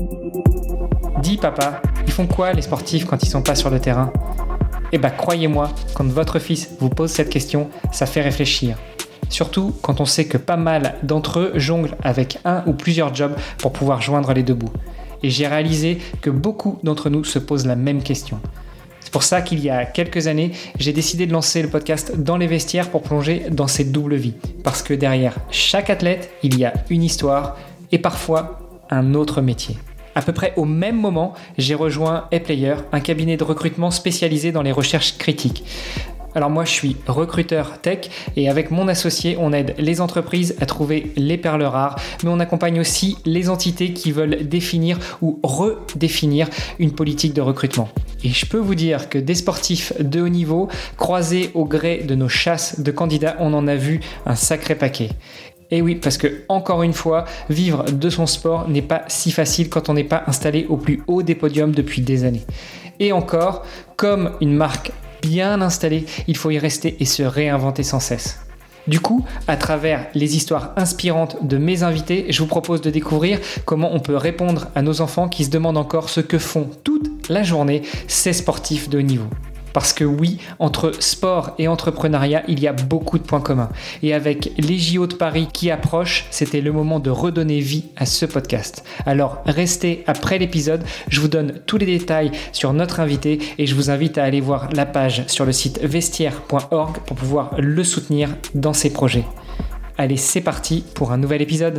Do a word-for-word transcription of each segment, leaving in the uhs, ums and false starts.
Dis papa, ils font quoi les sportifs quand ils sont pas sur le terrain ? Eh bah croyez-moi, quand votre fils vous pose cette question, ça fait réfléchir. Surtout quand on sait que pas mal d'entre eux jonglent avec un ou plusieurs jobs pour pouvoir joindre les deux bouts. Et j'ai réalisé que beaucoup d'entre nous se posent la même question. C'est pour ça qu'il y a quelques années, j'ai décidé de lancer le podcast Dans les vestiaires pour plonger dans cette double vie. Parce que derrière chaque athlète, il y a une histoire et parfois un autre métier. À peu près au même moment, j'ai rejoint ePlayer, un cabinet de recrutement spécialisé dans les recherches critiques. Alors moi, je suis recruteur tech et avec mon associé, on aide les entreprises à trouver les perles rares, mais on accompagne aussi les entités qui veulent définir ou redéfinir une politique de recrutement. Et je peux vous dire que des sportifs de haut niveau, croisés au gré de nos chasses de candidats, on en a vu un sacré paquet. Et oui, parce que, encore une fois, vivre de son sport n'est pas si facile quand on n'est pas installé au plus haut des podiums depuis des années. Et encore, comme une marque bien installée, il faut y rester et se réinventer sans cesse. Du coup, à travers les histoires inspirantes de mes invités, je vous propose de découvrir comment on peut répondre à nos enfants qui se demandent encore ce que font toute la journée ces sportifs de haut niveau. Parce que oui, entre sport et entrepreneuriat, il y a beaucoup de points communs. Et avec les J O de Paris qui approchent, c'était le moment de redonner vie à ce podcast. Alors restez après l'épisode, je vous donne tous les détails sur notre invité et je vous invite à aller voir la page sur le site vestiaire point org pour pouvoir le soutenir dans ses projets. Allez, c'est parti pour un nouvel épisode.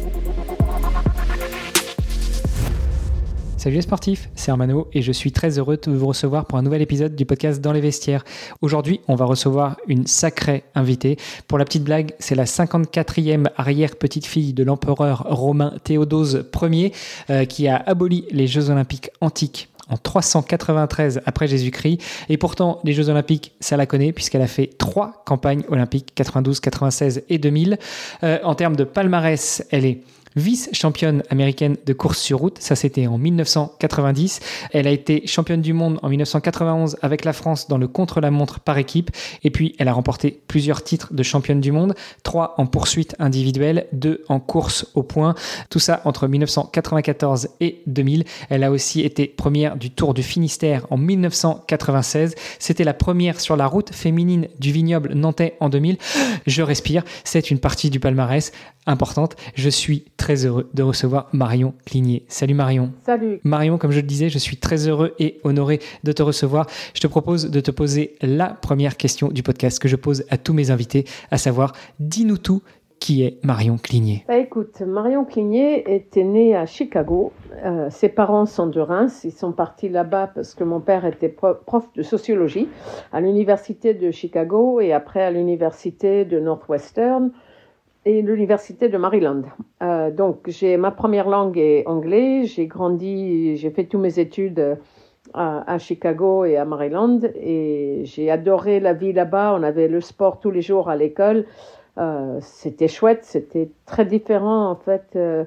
Salut les sportifs, c'est Armano et je suis très heureux de vous recevoir pour un nouvel épisode du podcast Dans les vestiaires. Aujourd'hui, on va recevoir une sacrée invitée. Pour la petite blague, c'est la cinquante-quatrième arrière-petite-fille de l'empereur romain Théodose Ier euh, qui a aboli les Jeux olympiques antiques en trois cent quatre-vingt-treize après Jésus-Christ. Et pourtant, les Jeux olympiques, ça la connaît puisqu'elle a fait trois campagnes olympiques, quatre-vingt-douze, quatre-vingt-seize et deux mille. Euh, en termes de palmarès, elle est vice-championne américaine de course sur route, ça c'était en dix-neuf cent quatre-vingt-dix. Elle a été championne du monde en dix-neuf cent quatre-vingt-onze avec la France dans le contre-la-montre par équipe. Et puis elle a remporté plusieurs titres de championne du monde, trois en poursuite individuelle, deux en course au point. Tout ça entre dix-neuf cent quatre-vingt-quatorze et deux mille. Elle a aussi été première du Tour du Finistère en dix-neuf cent quatre-vingt-seize. C'était la première sur la route féminine du vignoble nantais en deux mille. Je respire, c'est une partie du palmarès importante. Je suis très heureux de recevoir Marion Cligné. Salut Marion. Salut. Marion, comme je le disais, je suis très heureux et honoré de te recevoir. Je te propose de te poser la première question du podcast que je pose à tous mes invités, à savoir, dis-nous tout, qui est Marion Cligné ? Bah écoute, Marion Cligné était née à Chicago. Euh, ses parents sont de Reims. Ils sont partis là-bas parce que mon père était prof de sociologie à l'université de Chicago et après à l'université de Northwestern et l'université de Maryland. Euh, donc, j'ai ma première langue est anglais. J'ai grandi, j'ai fait toutes mes études à, à Chicago et à Maryland et j'ai adoré la vie là-bas. On avait le sport tous les jours à l'école. Euh, c'était chouette, c'était très différent en fait euh,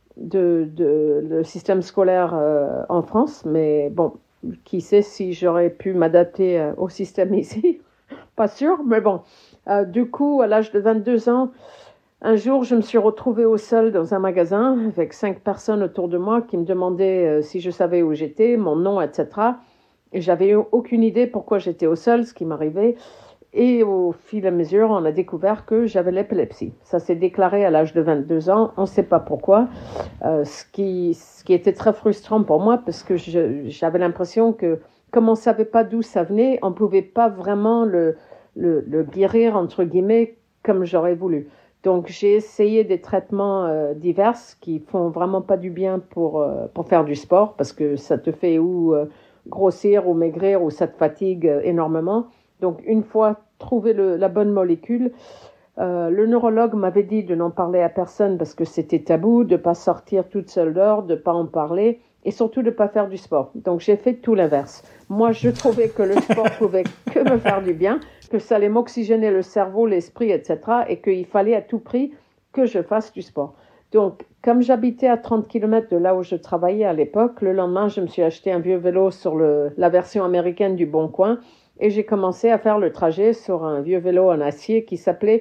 de, de le système scolaire euh, en France. Mais bon, qui sait si j'aurais pu m'adapter euh, au système ici. Pas sûr, mais bon. Euh, du coup, à l'âge de vingt-deux ans, un jour, je me suis retrouvée au sol dans un magasin avec cinq personnes autour de moi qui me demandaient euh, si je savais où j'étais, mon nom, et cetera. Et j'avais aucune idée pourquoi j'étais au sol, ce qui m'arrivait. Et au fil et à mesure, on a découvert que j'avais l'épilepsie. Ça s'est déclaré à l'âge de vingt-deux ans, on ne sait pas pourquoi. Euh, ce, qui, ce qui était très frustrant pour moi parce que je, j'avais l'impression que, comme on ne savait pas d'où ça venait, on ne pouvait pas vraiment le, le, le guérir, entre guillemets, comme j'aurais voulu. Donc, j'ai essayé des traitements euh, divers qui font vraiment pas du bien pour, euh, pour faire du sport parce que ça te fait ou euh, grossir ou maigrir ou ça te fatigue euh, énormément. Donc, une fois trouvé le, la bonne molécule, euh, le neurologue m'avait dit de n'en parler à personne parce que c'était tabou, de ne pas sortir toute seule dehors, de ne pas en parler et surtout de ne pas faire du sport. Donc, j'ai fait tout l'inverse. Moi, je trouvais que le sport pouvait que me faire du bien, que ça allait m'oxygéner le cerveau, l'esprit, et cetera et qu'il fallait à tout prix que je fasse du sport. Donc, comme j'habitais à trente kilomètres de là où je travaillais à l'époque, le lendemain, je me suis acheté un vieux vélo sur le, la version américaine du Bon Coin et j'ai commencé à faire le trajet sur un vieux vélo en acier qui s'appelait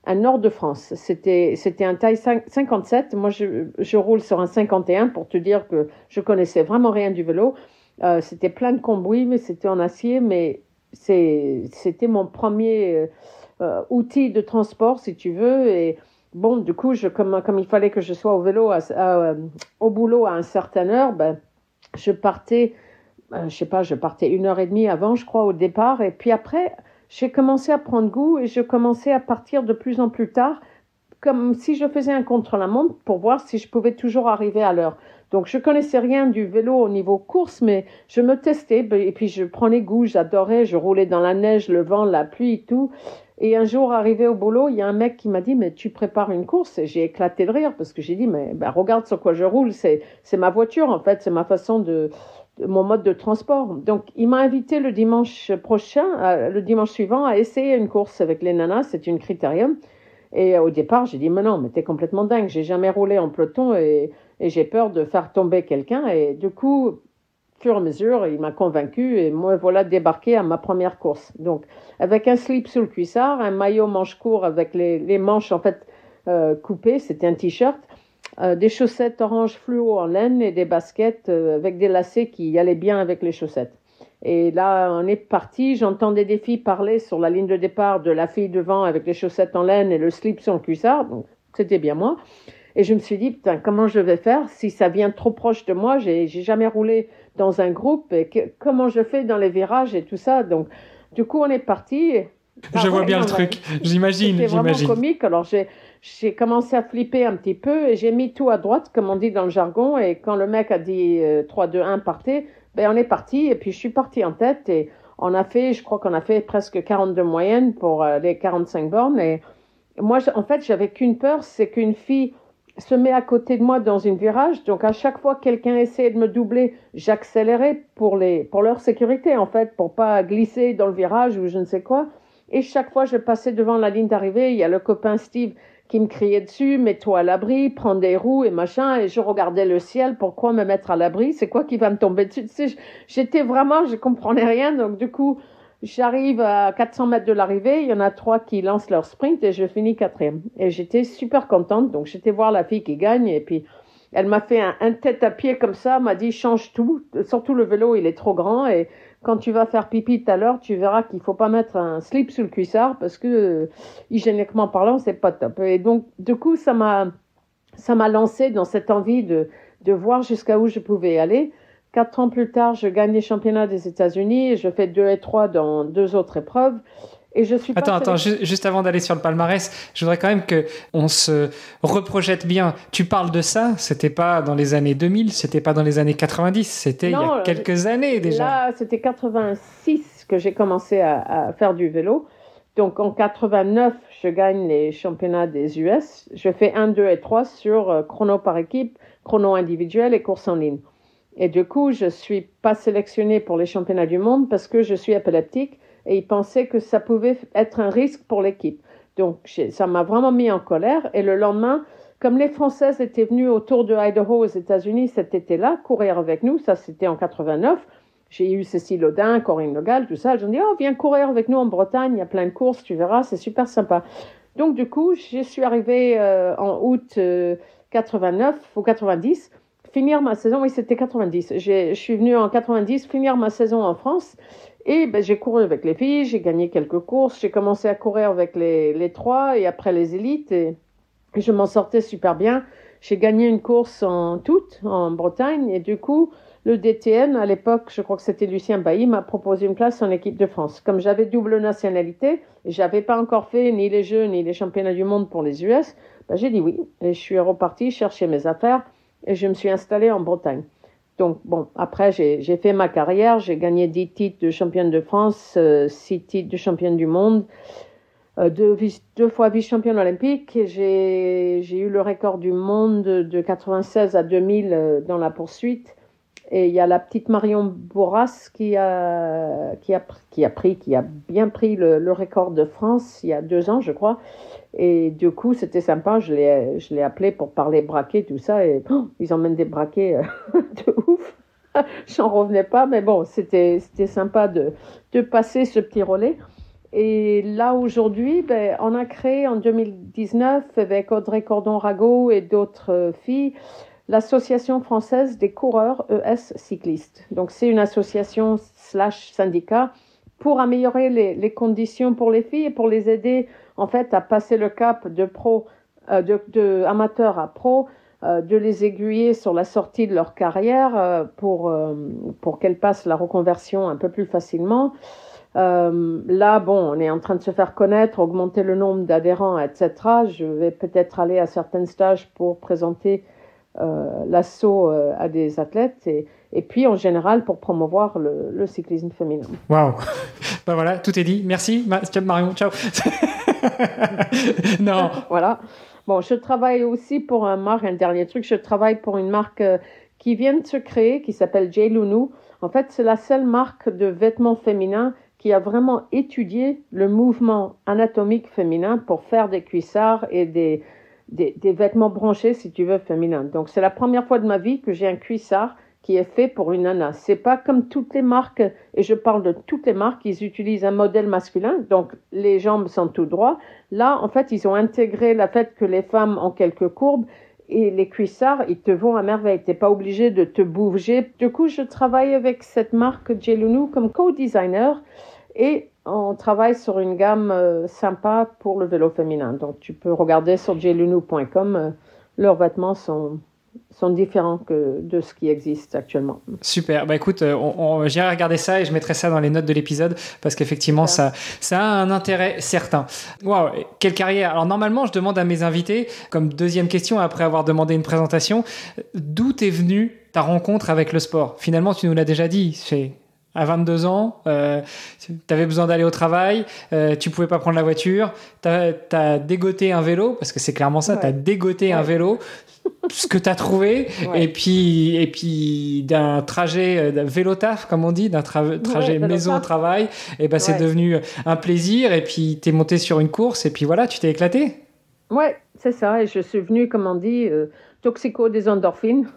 un nord de France. C'était, c'était un taille cinquante-sept. Moi, je, je roule sur un cinquante et un pour te dire que je connaissais vraiment rien du vélo. Euh, c'était plein de cambouis, mais c'était en acier. Mais c'est, c'était mon premier euh, outil de transport, si tu veux. Et bon, du coup, je, comme, comme il fallait que je sois au vélo, à, à, au boulot à une certaine heure, ben, je partais, euh, je sais pas, je partais une heure et demie avant, je crois, au départ. Et puis après, j'ai commencé à prendre goût et je commençais à partir de plus en plus tard, comme si je faisais un contre-la-montre pour voir si je pouvais toujours arriver à l'heure. Donc, je connaissais rien du vélo au niveau course, mais je me testais et puis je prenais goût, j'adorais, je roulais dans la neige, le vent, la pluie et tout. Et un jour, arrivé au boulot, il y a un mec qui m'a dit « Mais tu prépares une course ?» Et j'ai éclaté de rire parce que j'ai dit « Mais ben, regarde sur quoi je roule, c'est, c'est ma voiture en fait, c'est ma façon de... » mon mode de transport. Donc, il m'a invité le dimanche prochain, euh, le dimanche suivant, à essayer une course avec les nanas. C'est une critérium. Et euh, au départ, j'ai dit, mais non, mais t'es complètement dingue. J'ai jamais roulé en peloton et, et j'ai peur de faire tomber quelqu'un. Et du coup, au fur et à mesure, il m'a convaincu et moi, voilà débarqué à ma première course. Donc, avec un slip sous le cuissard, un maillot manche court avec les, les manches, en fait, euh, coupées. C'était un t-shirt. Euh, des chaussettes orange fluo en laine et des baskets euh, avec des lacets qui allaient bien avec les chaussettes. Et là, on est parti. J'entendais des filles parler sur la ligne de départ de la fille devant avec les chaussettes en laine et le slip sur le cuissard. Donc, c'était bien moi. Et je me suis dit, putain, comment je vais faire si ça vient trop proche de moi? J'ai, j'ai jamais roulé dans un groupe. Et que, comment je fais dans les virages et tout ça? Donc, du coup, on est parti. Ah, je vois bien le truc, j'imagine. C'était vraiment j'imagine. comique. Alors, j'ai, j'ai commencé à flipper un petit peu et j'ai mis tout à droite, comme on dit dans le jargon. Et quand le mec a dit euh, trois, deux, un, partez, ben, on est parti. Et puis, je suis partie en tête et on a fait, je crois qu'on a fait presque quarante-deux moyennes pour euh, les quarante-cinq bornes. Et moi, en fait, j'avais qu'une peur, c'est qu'une fille se met à côté de moi dans une virage. Donc, à chaque fois que quelqu'un essayait de me doubler, j'accélérais pour, les, pour leur sécurité, en fait, pour pas glisser dans le virage ou je ne sais quoi. Et chaque fois, je passais devant la ligne d'arrivée, il y a le copain Steve qui me criait dessus, mets-toi à l'abri, prends des roues et machin, et je regardais le ciel, pourquoi me mettre à l'abri, c'est quoi qui va me tomber dessus, tu sais, j'étais vraiment, je comprenais rien, donc du coup, j'arrive à quatre cents mètres de l'arrivée, il y en a trois qui lancent leur sprint et je finis quatrième. Et j'étais super contente, donc j'étais voir la fille qui gagne, et puis elle m'a fait un, un tête à pied comme ça, m'a dit change tout, surtout le vélo, il est trop grand, et quand tu vas faire pipi tout à l'heure, tu verras qu'il faut pas mettre un slip sous le cuissard parce que, euh, hygiéniquement parlant, c'est pas top. Et donc, du coup, ça m'a, ça m'a lancé dans cette envie de, de voir jusqu'à où je pouvais aller. Quatre ans plus tard, je gagne les championnats des États-Unis et je fais deux et trois dans deux autres épreuves. Et je suis attends, pas attends, sélectionnée... juste avant d'aller sur le palmarès, je voudrais quand même qu'on se reprojette bien. Tu parles de ça, c'était pas dans les années deux mille, c'était pas dans les années quatre-vingt-dix, c'était non, il y a quelques années déjà. Là, c'était quatre-vingt-six que j'ai commencé à, à faire du vélo. Donc en quatre-vingt-neuf, je gagne les championnats des U S. Je fais un, deux et trois sur euh, chrono par équipe, chrono individuel et course en ligne. Et du coup, je suis pas sélectionnée pour les championnats du monde parce que je suis épileptique. Et ils pensaient que ça pouvait être un risque pour l'équipe. Donc, ça m'a vraiment mis en colère. Et le lendemain, comme les Françaises étaient venues au Tour de Idaho aux États-Unis cet été-là, courir avec nous, ça c'était en quatre-vingt-neuf, j'ai eu Cécile Audin, Corinne Legal, tout ça. Elles ont dit, oh, viens courir avec nous en Bretagne, il y a plein de courses, tu verras, c'est super sympa. Donc, du coup, je suis arrivée euh, en août euh, quatre-vingt-neuf ou quatre-vingt-dix, finir ma saison, oui, c'était quatre-vingt-dix. J'ai, je suis venue en quatre-vingt-dix, finir ma saison en France. Et ben, j'ai couru avec les filles, j'ai gagné quelques courses, j'ai commencé à courir avec les, les trois et après les élites et, et je m'en sortais super bien. J'ai gagné une course en toute en Bretagne et du coup, le D T N, à l'époque, je crois que c'était Lucien Bailly, m'a proposé une place en équipe de France. Comme j'avais double nationalité et j'avais pas encore fait ni les Jeux ni les championnats du monde pour les U S, ben, j'ai dit oui et je suis repartie chercher mes affaires et je me suis installée en Bretagne. Donc, bon, après, j'ai, j'ai fait ma carrière, j'ai gagné dix titres de championne de France, euh, six titres de championne du monde, euh, deux, deux fois vice-championne olympique, et j'ai, j'ai eu le record du monde de quatre-vingt-seize à deux mille euh, dans la poursuite. Et il y a la petite Marion Bourras qui a, qui a, qui a pris, qui a bien pris le, le record de France il y a deux ans, je crois. Et du coup, c'était sympa. Je l'ai, je l'ai appelé pour parler braquet, tout ça. Et oh, ils emmènent des braquets euh, de ouf. J'en revenais pas. Mais bon, c'était, c'était sympa de, de passer ce petit relais. Et là, aujourd'hui, ben, on a créé en deux mille dix-neuf, avec Audrey Cordon-Rago et d'autres euh, filles, l'Association française des coureurs E S cyclistes. Donc, c'est une association slash syndicat pour améliorer les, les conditions pour les filles et pour les aider, en fait, à passer le cap de pro, euh, de, de amateur à pro, euh, de les aiguiller sur la sortie de leur carrière euh, pour, euh, pour qu'elles passent la reconversion un peu plus facilement. Euh, là, bon, on est en train de se faire connaître, augmenter le nombre d'adhérents, et cetera. Je vais peut-être aller à certains stages pour présenter euh, l'assaut euh, à des athlètes et, et puis en général pour promouvoir le, le cyclisme féminin. Waouh. Ben voilà, tout est dit. Merci, Marion. Ciao. Non. Voilà. Bon, je travaille aussi pour un marque, un dernier truc, je travaille pour une marque euh, qui vient de se créer, qui s'appelle J. Lunu. En fait, c'est la seule marque de vêtements féminins qui a vraiment étudié le mouvement anatomique féminin pour faire des cuissards et des, des, des vêtements branchés, si tu veux, féminins. Donc, c'est la première fois de ma vie que j'ai un cuissard qui est fait pour une nana. C'est pas comme toutes les marques, et je parle de toutes les marques, ils utilisent un modèle masculin, donc les jambes sont tout droits. Là, en fait, ils ont intégré le fait que les femmes ont quelques courbes, et les cuissards, ils te vont à merveille. T'es pas obligé de te bouger. Du coup, je travaille avec cette marque J. Lunu comme co-designer et on travaille sur une gamme euh, sympa pour le vélo féminin. Donc, tu peux regarder sur j lunu point com. Euh, leurs vêtements sont, sont différents que de ce qui existe actuellement. Super. Bah écoute, on, on, j'irai regarder ça et je mettrai ça dans les notes de l'épisode parce qu'effectivement, ça, ça a un intérêt certain. Waouh, quelle carrière. Alors normalement, je demande à mes invités, comme deuxième question, après avoir demandé une présentation, d'où t'es venue ta rencontre avec le sport? Finalement, tu nous l'as déjà dit, c'est... À vingt-deux ans, euh, tu avais besoin d'aller au travail, euh, tu pouvais pas prendre la voiture, tu as dégoté un vélo, parce que c'est clairement ça, ouais. tu as dégoté ouais. un vélo, ce que tu as trouvé, ouais. et puis, et puis d'un trajet, d'un vélo-taf, comme on dit, d'un tra- trajet ouais, maison au travail, et ben, ouais. c'est devenu un plaisir, et puis tu es monté sur une course, et puis voilà, tu t'es éclaté. Ouais, c'est ça, et je suis venue, comme on dit, euh, toxico des endorphines.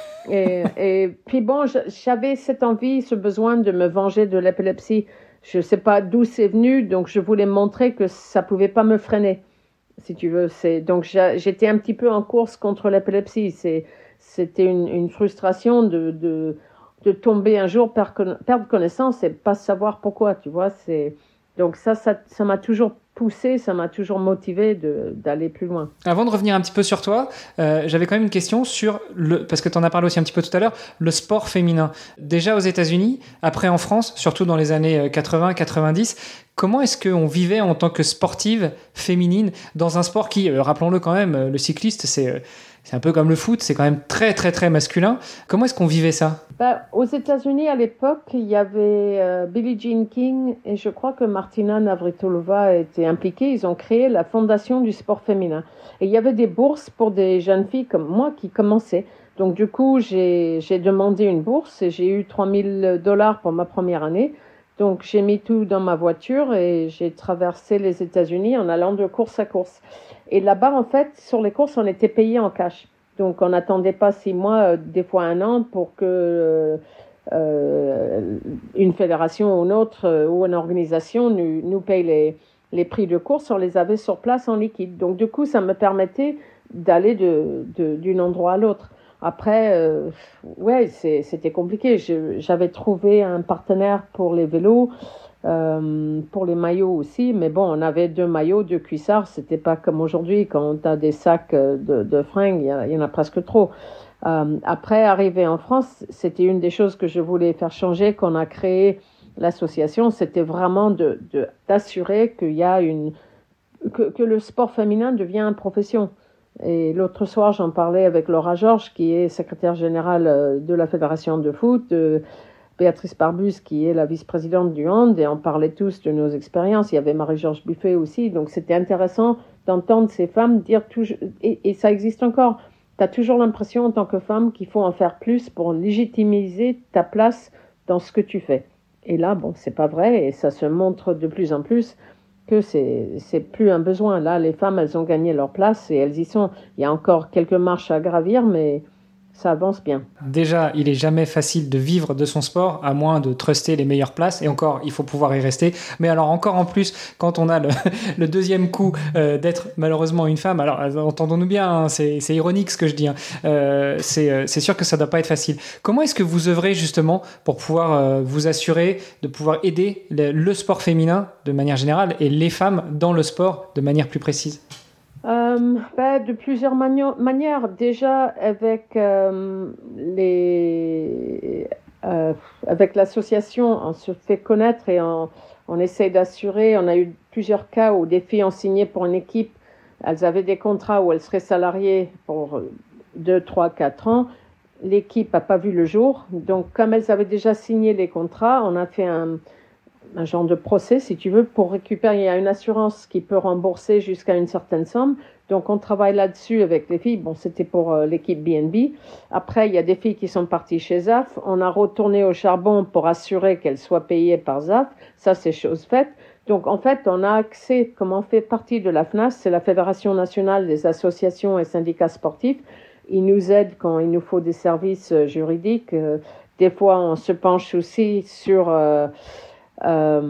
Et, et puis bon, j'avais cette envie, ce besoin de me venger de l'épilepsie. Je ne sais pas d'où c'est venu, donc je voulais montrer que ça ne pouvait pas me freiner, si tu veux. C'est, donc j'étais un petit peu en course contre l'épilepsie. C'est, c'était une, une frustration de, de, de tomber un jour, perdre connaissance et pas savoir pourquoi, tu vois. C'est, donc ça, ça, ça m'a toujours poussé, ça m'a toujours motivé de, d'aller plus loin. Avant de revenir un petit peu sur toi, euh, j'avais quand même une question sur, le, parce que tu en as parlé aussi un petit peu tout à l'heure, le sport féminin. Déjà aux États-Unis, après en France, surtout dans les années quatre-vingts quatre-vingt-dix, comment est-ce qu'on vivait en tant que sportive féminine dans un sport qui, euh, rappelons-le quand même, le cycliste, c'est... Euh, C'est un peu comme le foot, c'est quand même très, très, très masculin. Comment est-ce qu'on vivait ça? Ben, aux États-Unis, à l'époque, il y avait euh, Billie Jean King et je crois que Martina Navratilova était impliquée. Ils ont créé la Fondation du sport féminin. Et il y avait des bourses pour des jeunes filles comme moi qui commençaient. Donc, du coup, j'ai, j'ai demandé une bourse et j'ai eu trois mille dollars pour ma première année. Donc, j'ai mis tout dans ma voiture et j'ai traversé les États-Unis en allant de course à course. Et là-bas, en fait, sur les courses, on était payé en cash. Donc, on n'attendait pas six mois, euh, des fois un an, pour que euh, une fédération ou une autre euh, ou une organisation nous, nous paye les, les prix de course. On les avait sur place en liquide. Donc, du coup, ça me permettait d'aller de, de, d'un endroit à l'autre. Après, euh, ouais, c'est, c'était compliqué. Je, j'avais trouvé un partenaire pour les vélos, euh, pour les maillots aussi. Mais bon, on avait deux maillots, deux cuissards. C'était pas comme aujourd'hui, quand tu as des sacs de, de fringues, il y, y en a presque trop. Euh, après, arrivé en France, c'était une des choses que je voulais faire changer, qu'on a créé l'association. C'était vraiment de, de, d'assurer qu'il y a une, que, que le sport féminin devient une profession. Et l'autre soir, j'en parlais avec Laura Georges, qui est secrétaire générale de la Fédération de foot, de Béatrice Barbus, qui est la vice-présidente du hand, et on parlait tous de nos expériences. Il y avait Marie-Georges Buffet aussi, donc c'était intéressant d'entendre ces femmes dire toujours, et, et ça existe encore, tu as toujours l'impression en tant que femme qu'il faut en faire plus pour légitimiser ta place dans ce que tu fais. Et là, bon, c'est pas vrai, et ça se montre de plus en plus que c'est, c'est plus un besoin. Là, les femmes, elles ont gagné leur place et elles y sont. Il y a encore quelques marches à gravir, mais ça avance bien. Déjà, il est jamais facile de vivre de son sport, à moins de truster les meilleures places. Et encore, il faut pouvoir y rester. Mais alors encore en plus, quand on a le, le deuxième coup euh, d'être malheureusement une femme, alors entendons-nous bien, hein, c'est, c'est ironique ce que je dis. Hein. Euh, c'est, c'est sûr que ça doit pas être facile. Comment est-ce que vous œuvrez justement pour pouvoir euh, vous assurer de pouvoir aider le, le sport féminin de manière générale et les femmes dans le sport de manière plus précise ? Euh, ben, de plusieurs mani- manières. Déjà, avec, euh, les, euh, avec l'association, on se fait connaître et on, on essaye d'assurer. On a eu plusieurs cas où des filles ont signé pour une équipe. Elles avaient des contrats où elles seraient salariées pour deux, trois, quatre ans. L'équipe n'a pas vu le jour. Donc, comme elles avaient déjà signé les contrats, on a fait un... un genre de procès, si tu veux, pour récupérer. Il y a une assurance qui peut rembourser jusqu'à une certaine somme. Donc, on travaille là-dessus avec les filles. Bon, c'était pour euh, l'équipe B N B. Après, il y a des filles qui sont parties chez Z A F. On a retourné au charbon pour assurer qu'elles soient payées par Z A F. Ça, c'est chose faite. Donc, en fait, on a accès, comme on fait partie de la F N A S, c'est la Fédération nationale des associations et syndicats sportifs. Ils nous aident quand il nous faut des services euh, juridiques. Euh, des fois, on se penche aussi sur... Euh, Euh,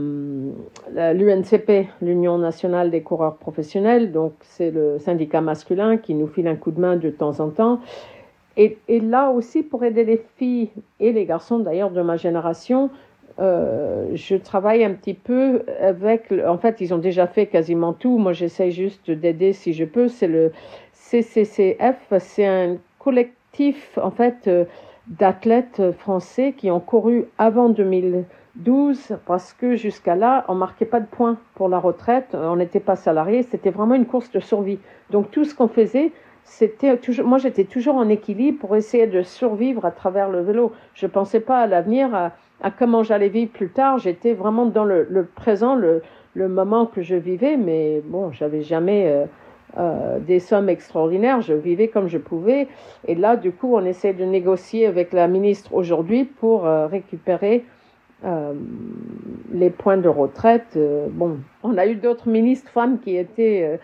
l'U N C P, l'Union nationale des coureurs professionnels, donc c'est le syndicat masculin qui nous file un coup de main de temps en temps. Et, et là aussi, pour aider les filles et les garçons d'ailleurs de ma génération, euh, je travaille un petit peu avec... En fait, ils ont déjà fait quasiment tout. Moi, j'essaie juste d'aider si je peux. C'est le C C C F, c'est un collectif en fait euh, d'athlètes français qui ont couru avant deux mille douze, parce que jusqu'à là, on marquait pas de points pour la retraite, on n'était pas salarié, c'était vraiment une course de survie. Donc tout ce qu'on faisait, c'était toujours, moi j'étais toujours en équilibre pour essayer de survivre à travers le vélo. Je pensais pas à l'avenir, à, à comment j'allais vivre plus tard. J'étais vraiment dans le, le présent, le, le moment que je vivais, mais bon, j'avais jamais euh, euh, des sommes extraordinaires. Je vivais comme je pouvais. Et là, du coup, on essaie de négocier avec la ministre aujourd'hui pour euh, récupérer Euh, les points de retraite. Euh, bon, on a eu d'autres ministres femmes qui étaient euh,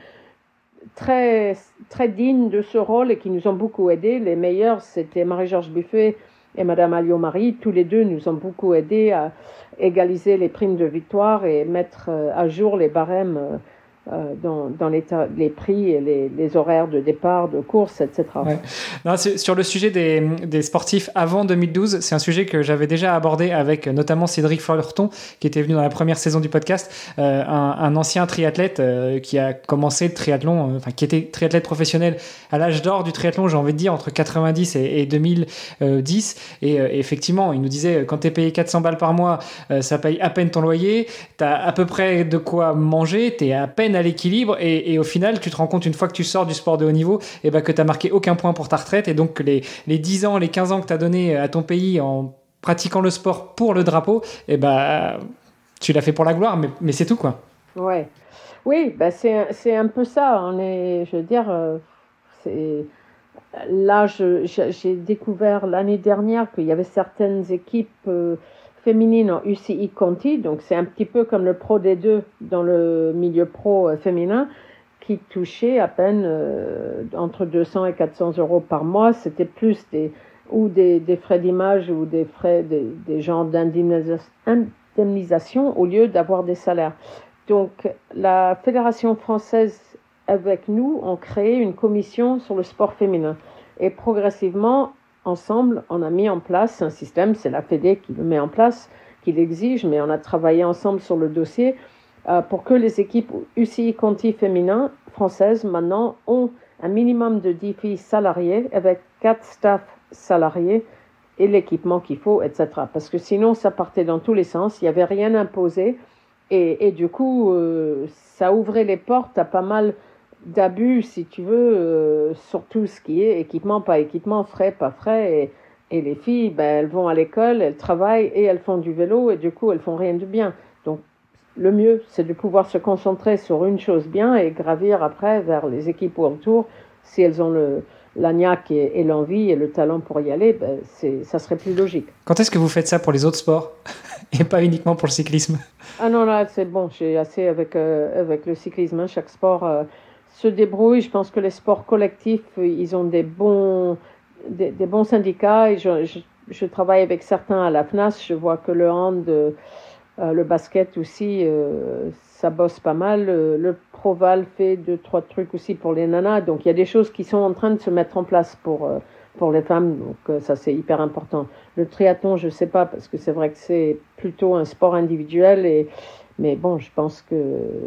très, très dignes de ce rôle et qui nous ont beaucoup aidés. Les meilleurs, c'était Marie-Georges Buffet et Madame Alliot-Marie. Tous les deux nous ont beaucoup aidés à égaliser les primes de victoire et mettre euh, à jour les barèmes euh, Euh, dans, dans les, ta- les prix et les, les horaires de départ, de course, et cetera. Ouais. Non, c'est, sur le sujet des, des sportifs avant deux mille douze, c'est un sujet que j'avais déjà abordé avec notamment Cédric Fleurton, qui était venu dans la première saison du podcast, euh, un, un ancien triathlète euh, qui a commencé le triathlon, euh, enfin qui était triathlète professionnel à l'âge d'or du triathlon, j'ai envie de dire, entre quatre-vingt-dix et, et deux mille dix. Et euh, effectivement, il nous disait, quand t'es payé quatre cents balles par mois, euh, ça paye à peine ton loyer, t'as à peu près de quoi manger, t'es à peine à l'équilibre et, et au final tu te rends compte une fois que tu sors du sport de haut niveau et ben, que tu n'as marqué aucun point pour ta retraite et donc que les, les dix ans, les quinze ans que tu as donné à ton pays en pratiquant le sport pour le drapeau, et ben, tu l'as fait pour la gloire, mais, mais c'est tout quoi. Ouais. Oui, ben c'est, c'est un peu ça. On est, je veux dire, euh, c'est... là je, j'ai découvert l'année dernière qu'il y avait certaines équipes euh, féminine en U C I Conti, donc c'est un petit peu comme le Pro D deux dans le milieu pro euh, féminin, qui touchait à peine euh, entre deux cents et quatre cents euros par mois. C'était plus des, ou des, des frais d'image ou des frais, des, des genres d'indemnisation au lieu d'avoir des salaires. Donc la Fédération française avec nous ont créé une commission sur le sport féminin et progressivement ensemble, on a mis en place un système, c'est la Fédé qui le met en place, qui l'exige, mais on a travaillé ensemble sur le dossier euh, pour que les équipes U C I Conti féminin françaises maintenant ont un minimum de dix filles salariées avec quatre staffs salariés et l'équipement qu'il faut, et cetera. Parce que sinon, ça partait dans tous les sens, il n'y avait rien imposé et, et du coup, euh, ça ouvrait les portes à pas mal d'abus, si tu veux, euh, sur tout ce qui est équipement, pas équipement, frais, pas frais. Et, et les filles, ben, elles vont à l'école, elles travaillent et elles font du vélo et du coup, elles font rien de bien. Donc, le mieux, c'est de pouvoir se concentrer sur une chose bien et gravir après vers les équipes autour. Si elles ont le, la niaque et, et l'envie et le talent pour y aller, ben, c'est, ça serait plus logique. Quand est-ce que vous faites ça pour les autres sports et pas uniquement pour le cyclisme? Ah non, là, c'est bon, j'ai assez avec, euh, avec le cyclisme. Hein. Chaque sport... Euh, se débrouillent. Je pense que les sports collectifs, ils ont des bons, des, des bons syndicats et je, je, je travaille avec certains à la F N A S. Je vois que le hand, euh, le basket aussi, euh, ça bosse pas mal. Le, le Proval fait deux, trois trucs aussi pour les nanas. Donc il y a des choses qui sont en train de se mettre en place pour, euh, pour les femmes. Donc euh, ça, c'est hyper important. Le triathlon, je sais pas, parce que c'est vrai que c'est plutôt un sport individuel. Et, mais bon, je pense que,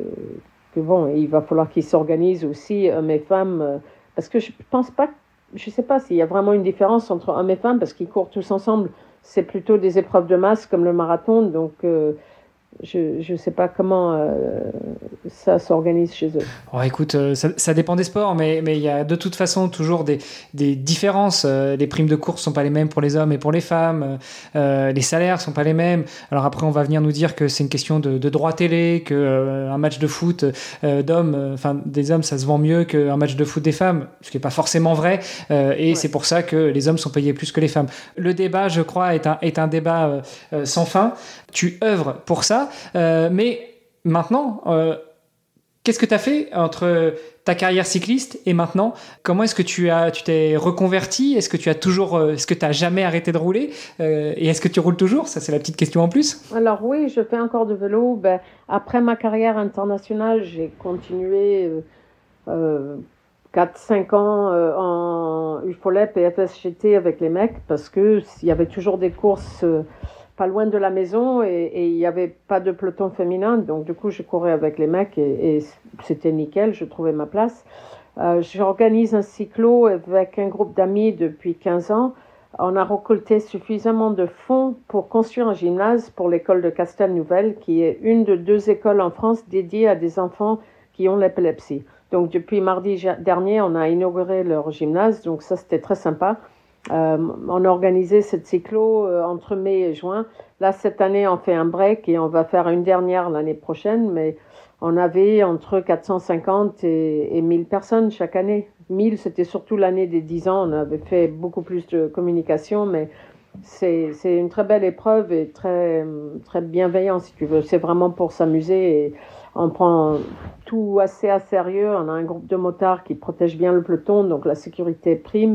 que bon, il va falloir qu'ils s'organisent aussi, hommes et femmes. Euh, parce que je pense pas, je sais pas s'il y a vraiment une différence entre hommes et femmes, parce qu'ils courent tous ensemble. C'est plutôt des épreuves de masse comme le marathon. Donc, euh, je ne sais pas comment euh, ça s'organise chez eux. Oh, écoute, euh, ça, ça dépend des sports, mais mais il y a de toute façon toujours des, des différences. Euh, les primes de course ne sont pas les mêmes pour les hommes et pour les femmes. Euh, les salaires ne sont pas les mêmes. Alors après, on va venir nous dire que c'est une question de, de droit télé, qu'un euh, match de foot euh, d'hommes, enfin euh, des hommes, ça se vend mieux qu'un match de foot des femmes, ce qui n'est pas forcément vrai. Euh, et ouais. C'est pour ça que les hommes sont payés plus que les femmes. Le débat, je crois, est un, est un débat euh, euh, sans fin. Tu œuvres pour ça, euh, mais maintenant, euh, qu'est-ce que tu as fait entre ta carrière cycliste et maintenant? Comment est-ce que tu as, tu t'es reconverti? Est-ce que tu as toujours, est-ce que tu as jamais arrêté de rouler? euh, Et est-ce que tu roules toujours? Ça, c'est la petite question en plus. Alors oui, je fais encore de vélo. Ben, après ma carrière internationale, j'ai continué euh, euh, quatre cinq ans euh, en U F O L E P et F S G T avec les mecs parce qu'il y avait toujours des courses euh, pas loin de la maison et il n'y avait pas de peloton féminin. Donc du coup, je courais avec les mecs et, et c'était nickel, je trouvais ma place. Euh, j'organise un cyclo avec un groupe d'amis depuis quinze ans. On a récolté suffisamment de fonds pour construire un gymnase pour l'école de Castelnouvelle, qui est une de deux écoles en France dédiées à des enfants qui ont l'épilepsie. Donc depuis mardi dernier, on a inauguré leur gymnase, donc ça c'était très sympa. Euh, on a organisé cette cyclo euh, entre mai et juin. Là, cette année, on fait un break et on va faire une dernière l'année prochaine, mais on avait entre quatre cent cinquante et, et mille personnes chaque année. mille, c'était surtout l'année des dix ans. On avait fait beaucoup plus de communication, mais c'est, c'est une très belle épreuve et très, très bienveillant, si tu veux. C'est vraiment pour s'amuser et on prend tout assez à sérieux. On a un groupe de motards qui protège bien le peloton, donc la sécurité prime.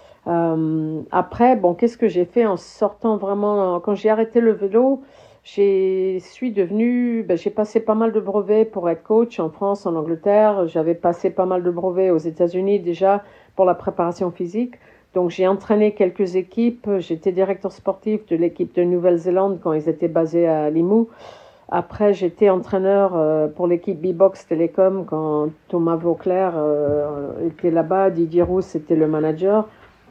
Euh, après, bon, qu'est-ce que j'ai fait en sortant vraiment, quand j'ai arrêté le vélo, j'ai suis devenue, ben, j'ai passé pas mal de brevets pour être coach en France, en Angleterre. J'avais passé pas mal de brevets aux États-Unis déjà pour la préparation physique. Donc j'ai entraîné quelques équipes. J'étais directeur sportif de l'équipe de Nouvelle-Zélande quand ils étaient basés à Limoux. Après, j'étais entraîneur euh, pour l'équipe B-Box Télécom quand Thomas Vauclair euh, était là-bas. Didier Rousse était le manager.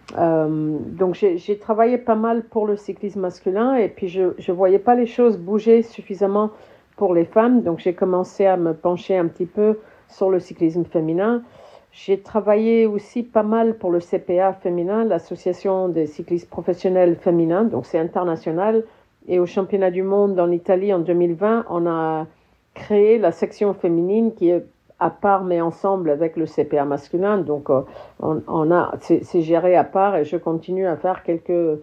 Euh, donc j'ai, j'ai travaillé pas mal pour le cyclisme masculin et puis je je voyais pas les choses bouger suffisamment pour les femmes, donc j'ai commencé à me pencher un petit peu sur le cyclisme féminin. J'ai travaillé aussi pas mal pour le C P A féminin, l'association des cyclistes professionnels féminins, donc c'est international, et au championnat du monde en Italie en deux mille vingt, on a créé la section féminine qui est à part mais ensemble avec le C P A masculin, donc euh, on, on a, c'est, c'est géré à part et je continue à faire quelques, euh,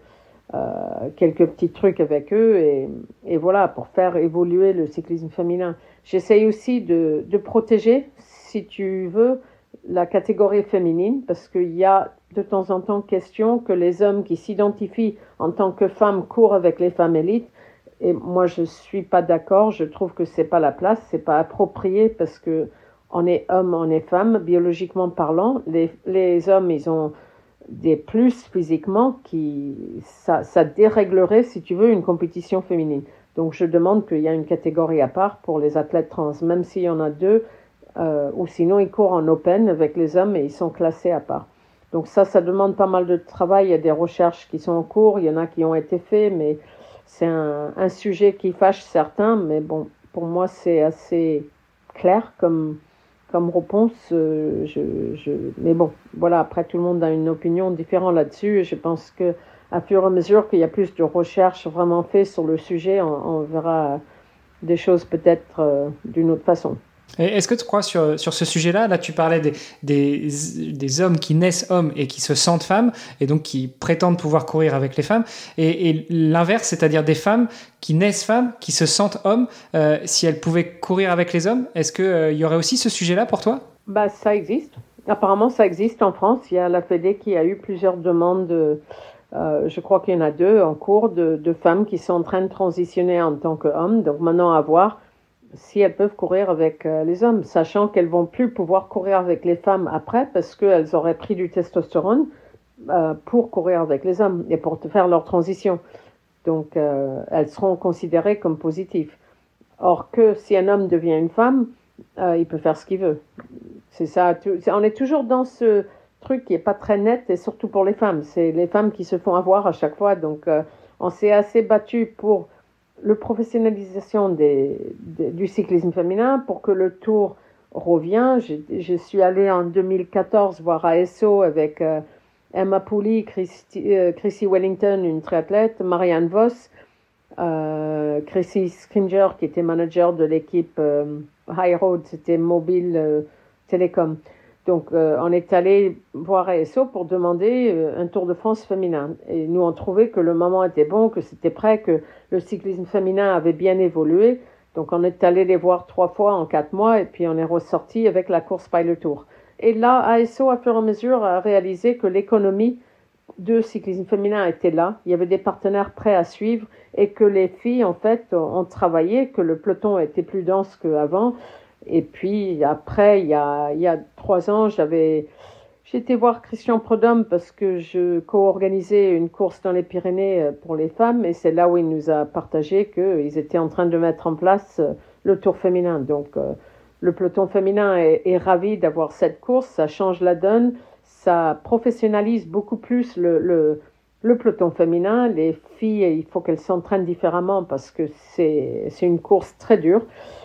quelques petits trucs avec eux et, et voilà, pour faire évoluer le cyclisme féminin. J'essaye aussi de, de protéger, si tu veux, la catégorie féminine parce qu'il y a de temps en temps question que les hommes qui s'identifient en tant que femmes courent avec les femmes élites. Et moi, je suis pas d'accord. Je trouve que c'est pas la place, c'est pas approprié parce que on est homme, on est femme, biologiquement parlant. Les, les hommes, ils ont des plus physiquement qui, ça, ça déréglerait, si tu veux, une compétition féminine. Donc, je demande qu'il y ait une catégorie à part pour les athlètes trans, même s'il y en a deux, euh, ou sinon ils courent en open avec les hommes et ils sont classés à part. Donc ça, ça demande pas mal de travail. Il y a des recherches qui sont en cours, il y en a qui ont été faites, mais c'est un, un sujet qui fâche certains. Mais bon, pour moi, c'est assez clair comme... Comme réponse, euh, je, je... mais bon, voilà, après tout le monde a une opinion différente là-dessus et je pense que à fur et à mesure qu'il y a plus de recherches vraiment faites sur le sujet, on, on verra des choses peut-être euh, d'une autre façon. Et est-ce que tu crois sur, sur ce sujet-là, là tu parlais des, des, des hommes qui naissent hommes et qui se sentent femmes et donc qui prétendent pouvoir courir avec les femmes et, et l'inverse, c'est-à-dire des femmes qui naissent femmes, qui se sentent hommes, euh, si elles pouvaient courir avec les hommes, est-ce qu'il euh, y aurait aussi ce sujet-là pour toi ? Bah, ça existe. Apparemment, ça existe en France. Il y a la Fédé qui a eu plusieurs demandes, de, euh, je crois qu'il y en a deux en cours, de, de femmes qui sont en train de transitionner en tant qu'hommes. Donc maintenant, à voir si elles peuvent courir avec euh, les hommes, sachant qu'elles vont plus pouvoir courir avec les femmes après parce qu'elles auraient pris du testostérone euh, pour courir avec les hommes et pour faire leur transition. Donc, euh, elles seront considérées comme positives. Or que si un homme devient une femme, euh, il peut faire ce qu'il veut. C'est ça. Tout, c'est, on est toujours dans ce truc qui est pas très net, et surtout pour les femmes. C'est les femmes qui se font avoir à chaque fois. Donc, euh, on s'est assez battu pour la professionnalisation des, des, du cyclisme féminin, pour que le Tour revienne. Je, je suis allée en deux mille quatorze voir A S O avec euh, Emma Pooley, Christy, euh, Chrissy Wellington, une triathlète, Marianne Vos, euh, Chrissy Scringer, qui était manager de l'équipe euh, High Road, c'était Mobile euh, Télécom. Donc, euh, on est allé voir A S O pour demander euh, un Tour de France féminin. Et nous, on trouvait que le moment était bon, que c'était prêt, que le cyclisme féminin avait bien évolué. Donc, on est allé les voir trois fois en quatre mois et puis on est ressorti avec la course by le Tour. Et là, A S O, à fur et à mesure, a réalisé que l'économie de cyclisme féminin était là. Il y avait des partenaires prêts à suivre et que les filles, en fait, ont travaillé, que le peloton était plus dense qu'avant. Et puis après, il y a, il y a trois ans, j'avais, j'étais voir Christian Prudhomme parce que je co-organisais une course dans les Pyrénées pour les femmes, et c'est là où il nous a partagé qu'ils étaient en train de mettre en place le Tour féminin. Donc euh, le peloton féminin est, est ravi d'avoir cette course, ça change la donne, ça professionnalise beaucoup plus le, le, le peloton féminin. Les filles, il faut qu'elles s'entraînent différemment parce que c'est, c'est une course très dure.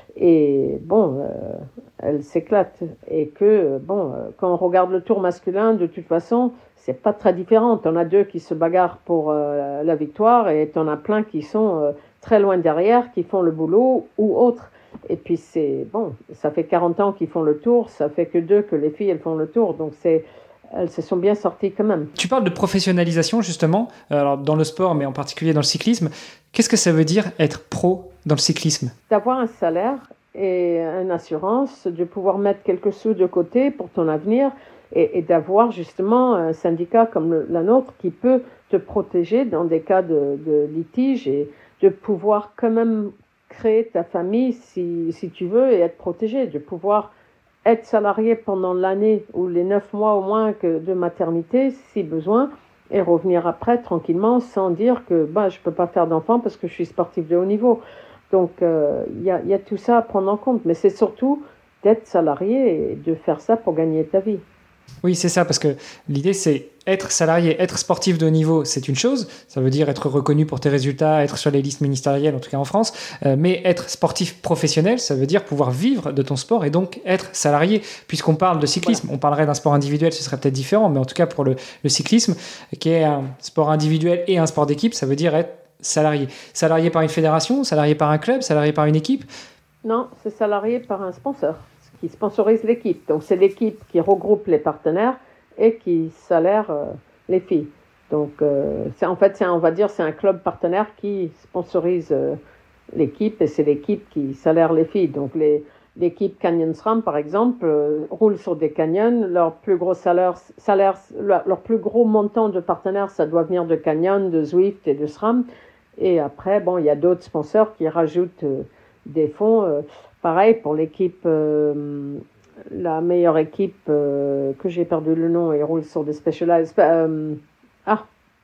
Et bon, euh, elle s'éclate. Et que, bon, euh, quand on regarde le Tour masculin, de toute façon, c'est pas très différent. On a deux qui se bagarrent pour euh, la victoire et on a plein qui sont euh, très loin derrière, qui font le boulot ou autres. Et puis c'est, bon, ça fait quarante ans qu'ils font le Tour, ça fait que deux que les filles, elles font le Tour. Donc c'est, elles se sont bien sorties quand même. Tu parles de professionnalisation, justement, alors dans le sport, mais en particulier dans le cyclisme. Qu'est-ce que ça veut dire être pro dans le cyclisme ? D'avoir un salaire et une assurance, de pouvoir mettre quelques sous de côté pour ton avenir et, et d'avoir justement un syndicat comme le, la nôtre qui peut te protéger dans des cas de, de litige et de pouvoir quand même créer ta famille si, si tu veux et être protégé, de pouvoir être salarié pendant l'année ou les neuf mois au moins que de maternité si besoin, et revenir après tranquillement sans dire que bah, je ne peux pas faire d'enfant parce que je suis sportif de haut niveau. Donc, il euh, y, a, y a tout ça à prendre en compte. Mais c'est surtout d'être salarié et de faire ça pour gagner ta vie. Oui, c'est ça, parce que l'idée, c'est être salarié, être sportif de haut niveau, c'est une chose. Ça veut dire être reconnu pour tes résultats, être sur les listes ministérielles, en tout cas en France. Euh, mais être sportif professionnel, ça veut dire pouvoir vivre de ton sport et donc être salarié. Puisqu'on parle de cyclisme, voilà. On parlerait d'un sport individuel, ce serait peut-être différent. Mais en tout cas, pour le, le cyclisme, qui est un sport individuel et un sport d'équipe, ça veut dire être salarié. Salarié par une fédération, salarié par un club, salarié par une équipe ? Non, c'est salarié par un sponsor qui sponsorise l'équipe. Donc, c'est l'équipe qui regroupe les partenaires et qui salaire euh, les filles. Donc, euh, c'est, en fait, c'est, on va dire c'est un club partenaire qui sponsorise euh, l'équipe et c'est l'équipe qui salaire les filles. Donc, les, l'équipe Canyon SRAM, par exemple, euh, roule sur des canyons. Leur plus gros salaire, salaire leur, leur plus gros montant de partenaires, ça doit venir de Canyon, de Zwift et de SRAM. Et après, bon, il y a d'autres sponsors qui rajoutent euh, des fonds. Euh, pareil pour l'équipe, euh, la meilleure équipe euh, que j'ai perdu le nom, ils roulent sur des Specialized. Euh, ah,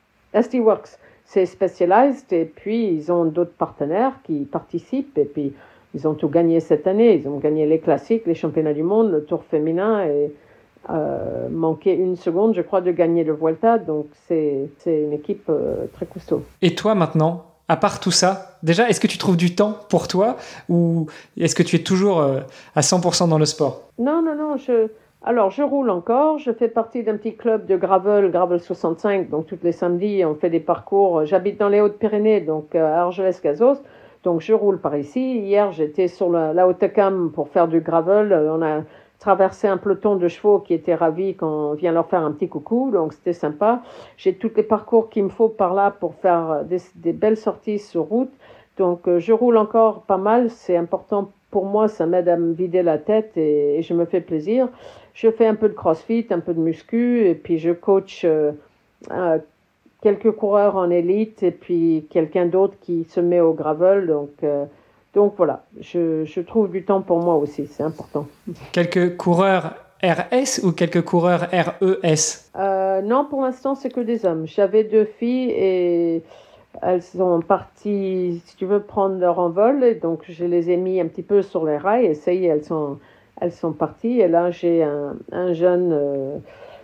S D Works, c'est Specialized et puis ils ont d'autres partenaires qui participent et puis ils ont tout gagné cette année. Ils ont gagné les classiques, les championnats du monde, le Tour féminin et euh, manqué une seconde, je crois, de gagner le Vuelta. Donc c'est, c'est une équipe euh, très costaud. Et toi maintenant ? À part tout ça, déjà, est-ce que tu trouves du temps pour toi ou est-ce que tu es toujours euh, à cent pour cent dans le sport ? Non, non, non. Je... Alors, je roule encore. Je fais partie d'un petit club de gravel, Gravel soixante-cinq. Donc, tous les samedis, on fait des parcours. J'habite dans les Hautes-Pyrénées, donc à Argelès-Cazaux. Donc, je roule par ici. Hier, j'étais sur la, la Haute-Cam pour faire du gravel. On a traversé un peloton de chevaux qui étaient ravis quand on vient leur faire un petit coucou, donc c'était sympa. J'ai tous les parcours qu'il me faut par là pour faire des, des belles sorties sur route, donc euh, je roule encore pas mal, c'est important pour moi, ça m'aide à me vider la tête et, et je me fais plaisir. Je fais un peu de crossfit, un peu de muscu et puis je coach euh, euh, quelques coureurs en élite et puis quelqu'un d'autre qui se met au gravel. Donc, euh, donc voilà, je, je trouve du temps pour moi aussi, c'est important. Quelques coureurs R S ou quelques coureurs R E S? euh, Non, pour l'instant, c'est que des hommes. J'avais deux filles et elles sont parties, si tu veux, prendre leur envol. Et donc, je les ai mis un petit peu sur les rails et ça y est, elles sont, elles sont parties. Et là, j'ai un, un jeune euh,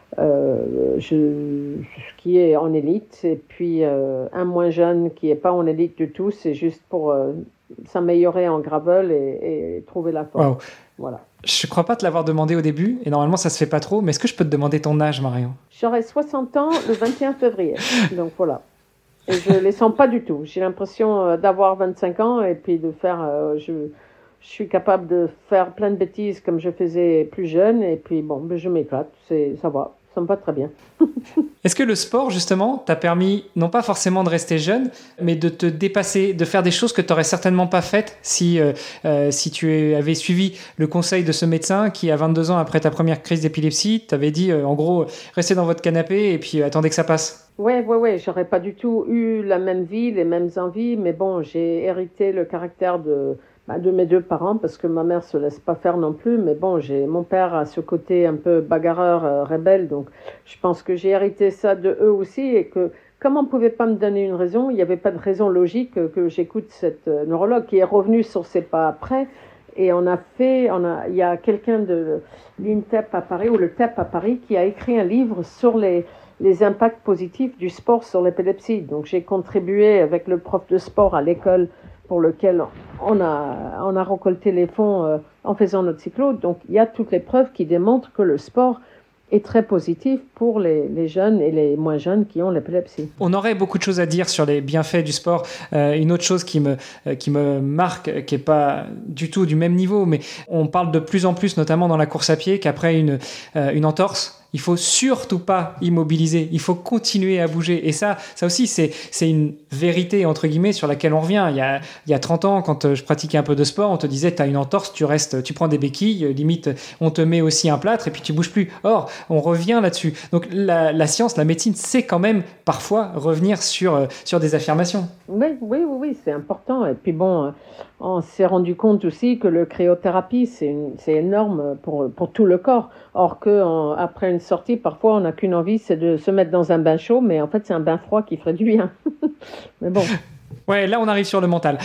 euh, je, qui est en élite et puis euh, un moins jeune qui n'est pas en élite du tout. C'est juste pour euh, s'améliorer en gravel et, et trouver la forme. Wow. Voilà. Je ne crois pas te l'avoir demandé au début, et normalement ça se fait pas trop, mais est-ce que je peux te demander ton âge, Marion? J'aurai soixante ans le vingt et un février, donc voilà. Et je ne les sens pas du tout. J'ai l'impression d'avoir vingt-cinq ans et puis de faire... Euh, je, je suis capable de faire plein de bêtises comme je faisais plus jeune, et puis bon, je m'éclate, c'est, ça va, ça me va très bien. Est-ce que le sport, justement, t'a permis, non pas forcément de rester jeune, mais de te dépasser, de faire des choses que tu n'aurais certainement pas faites si, euh, euh, si tu avais suivi le conseil de ce médecin qui, à vingt-deux ans après ta première crise d'épilepsie, t'avait dit, euh, en gros, restez dans votre canapé et puis euh, attendez que ça passe? Ouais, ouais, ouais, j'aurais pas du tout eu la même vie, les mêmes envies, mais bon, j'ai hérité le caractère de, bah, de mes deux parents parce que ma mère se laisse pas faire non plus, mais bon, j'ai mon père a ce côté un peu bagarreur, euh, rebelle, donc je pense que j'ai hérité ça de eux aussi et que comme on pouvait pas me donner une raison, il n'y avait pas de raison logique que, que j'écoute cette euh, neurologue qui est revenue sur ses pas après. Et on a fait, on a, il y a quelqu'un de l'INTEP à Paris, ou le T E P à Paris, qui a écrit un livre sur les, les impacts positifs du sport sur l'épilepsie. Donc j'ai contribué avec le prof de sport à l'école pour lequel on a, on a récolté les fonds euh, en faisant notre cyclo. Donc il y a toutes les preuves qui démontrent que le sport est très positif pour les, les jeunes et les moins jeunes qui ont l'épilepsie. On aurait beaucoup de choses à dire sur les bienfaits du sport. Euh, une autre chose qui me, euh, qui me marque, qui n'est pas du tout du même niveau, mais on parle de plus en plus, notamment dans la course à pied, qu'après une, euh, une entorse, il faut surtout pas immobiliser, il faut continuer à bouger. Et ça, ça aussi, c'est, c'est une vérité, entre guillemets, sur laquelle on revient. Il y a, il y a trente ans, quand je pratiquais un peu de sport, on te disait, tu as une entorse, tu restes, tu prends des béquilles, limite, on te met aussi un plâtre et puis tu bouges plus. Or, on revient là-dessus. Donc, la, la science, la médecine, sait quand même parfois revenir sur, sur des affirmations. Oui, oui, oui, oui, c'est important. Et puis bon, on s'est rendu compte aussi que le cryothérapie, c'est, une, c'est énorme pour, pour tout le corps. Or qu'après une sortie, parfois, on n'a qu'une envie, c'est de se mettre dans un bain chaud, mais en fait, c'est un bain froid qui ferait du bien. Mais bon. Ouais, là, on arrive sur le mental.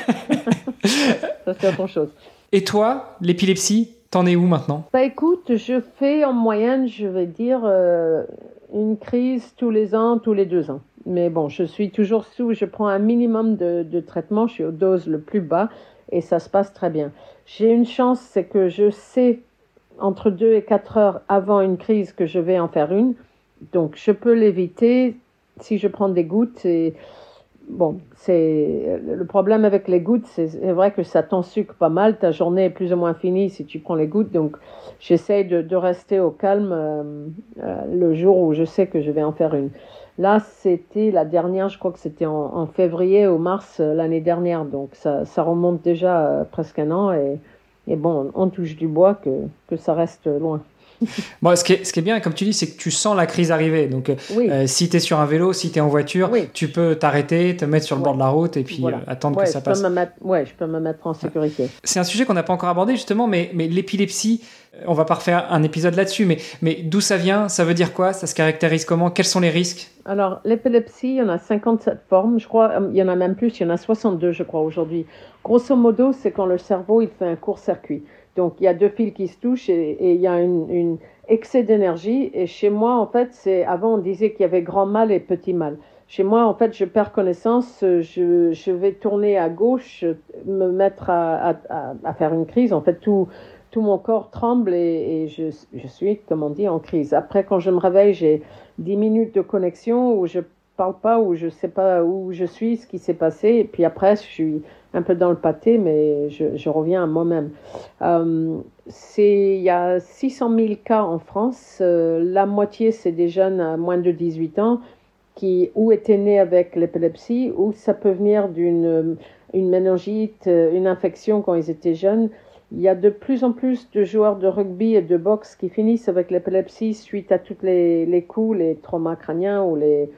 Ça, c'est autre chose. Et toi, l'épilepsie, t'en es où maintenant? Bah écoute, je fais en moyenne, je vais dire, euh, une crise tous les ans, tous les deux ans. Mais bon, je suis toujours sous, je prends un minimum de, de traitement, je suis aux doses le plus bas et ça se passe très bien. J'ai une chance, c'est que je sais entre deux et quatre heures avant une crise que je vais en faire une. Donc, je peux l'éviter si je prends des gouttes. Et bon, c'est le problème avec les gouttes, c'est, c'est vrai que ça t'ensucre pas mal. Ta journée est plus ou moins finie si tu prends les gouttes. Donc, j'essaye de, de rester au calme euh, euh, le jour où je sais que je vais en faire une. Là, c'était la dernière, je crois que c'était en, en février ou mars euh, l'année dernière. Donc, ça, ça remonte déjà euh, presque un an. Et, et bon, on touche du bois que, que ça reste loin. Bon, ce qui est, ce qui est bien, comme tu dis, c'est que tu sens la crise arriver. Donc, oui. euh, si tu es sur un vélo, si tu es en voiture, oui. tu peux t'arrêter, te mettre sur le ouais. bord de la route et puis voilà. euh, attendre ouais, que ça passe. Oui, je peux me mettre en sécurité. C'est un sujet qu'on n'a pas encore abordé, justement, mais, mais l'épilepsie, on va pas refaire un épisode là-dessus, mais, mais d'où ça vient? Ça veut dire quoi? Ça se caractérise comment? Quels sont les risques? Alors, l'épilepsie, il y en a cinquante-sept formes. Je crois, il y en a même plus, il y en a soixante-deux, je crois, aujourd'hui. Grosso modo, c'est quand le cerveau, il fait un court-circuit. Donc, il y a deux fils qui se touchent et, et il y a une, une excès d'énergie. Et chez moi, en fait, c'est avant, on disait qu'il y avait grand mal et petit mal. Chez moi, en fait, je perds connaissance, je, je vais tourner à gauche, me mettre à, à, à faire une crise. En fait, tout, tout mon corps tremble et, et je, je suis, comme on dit, en crise. Après, quand je me réveille, j'ai dix minutes de connexion où je parle pas, où je sais pas où je suis, ce qui s'est passé. Et puis après, je suis un peu dans le pâté, mais je, je reviens à moi-même. Euh, c'est, il y a six cent mille cas en France. Euh, la moitié, c'est des jeunes à moins de dix-huit ans qui ou étaient nés avec l'épilepsie ou ça peut venir d'une une méningite, une infection quand ils étaient jeunes. Il y a de plus en plus de joueurs de rugby et de boxe qui finissent avec l'épilepsie suite à tous les, les coups, les traumas crâniens ou les,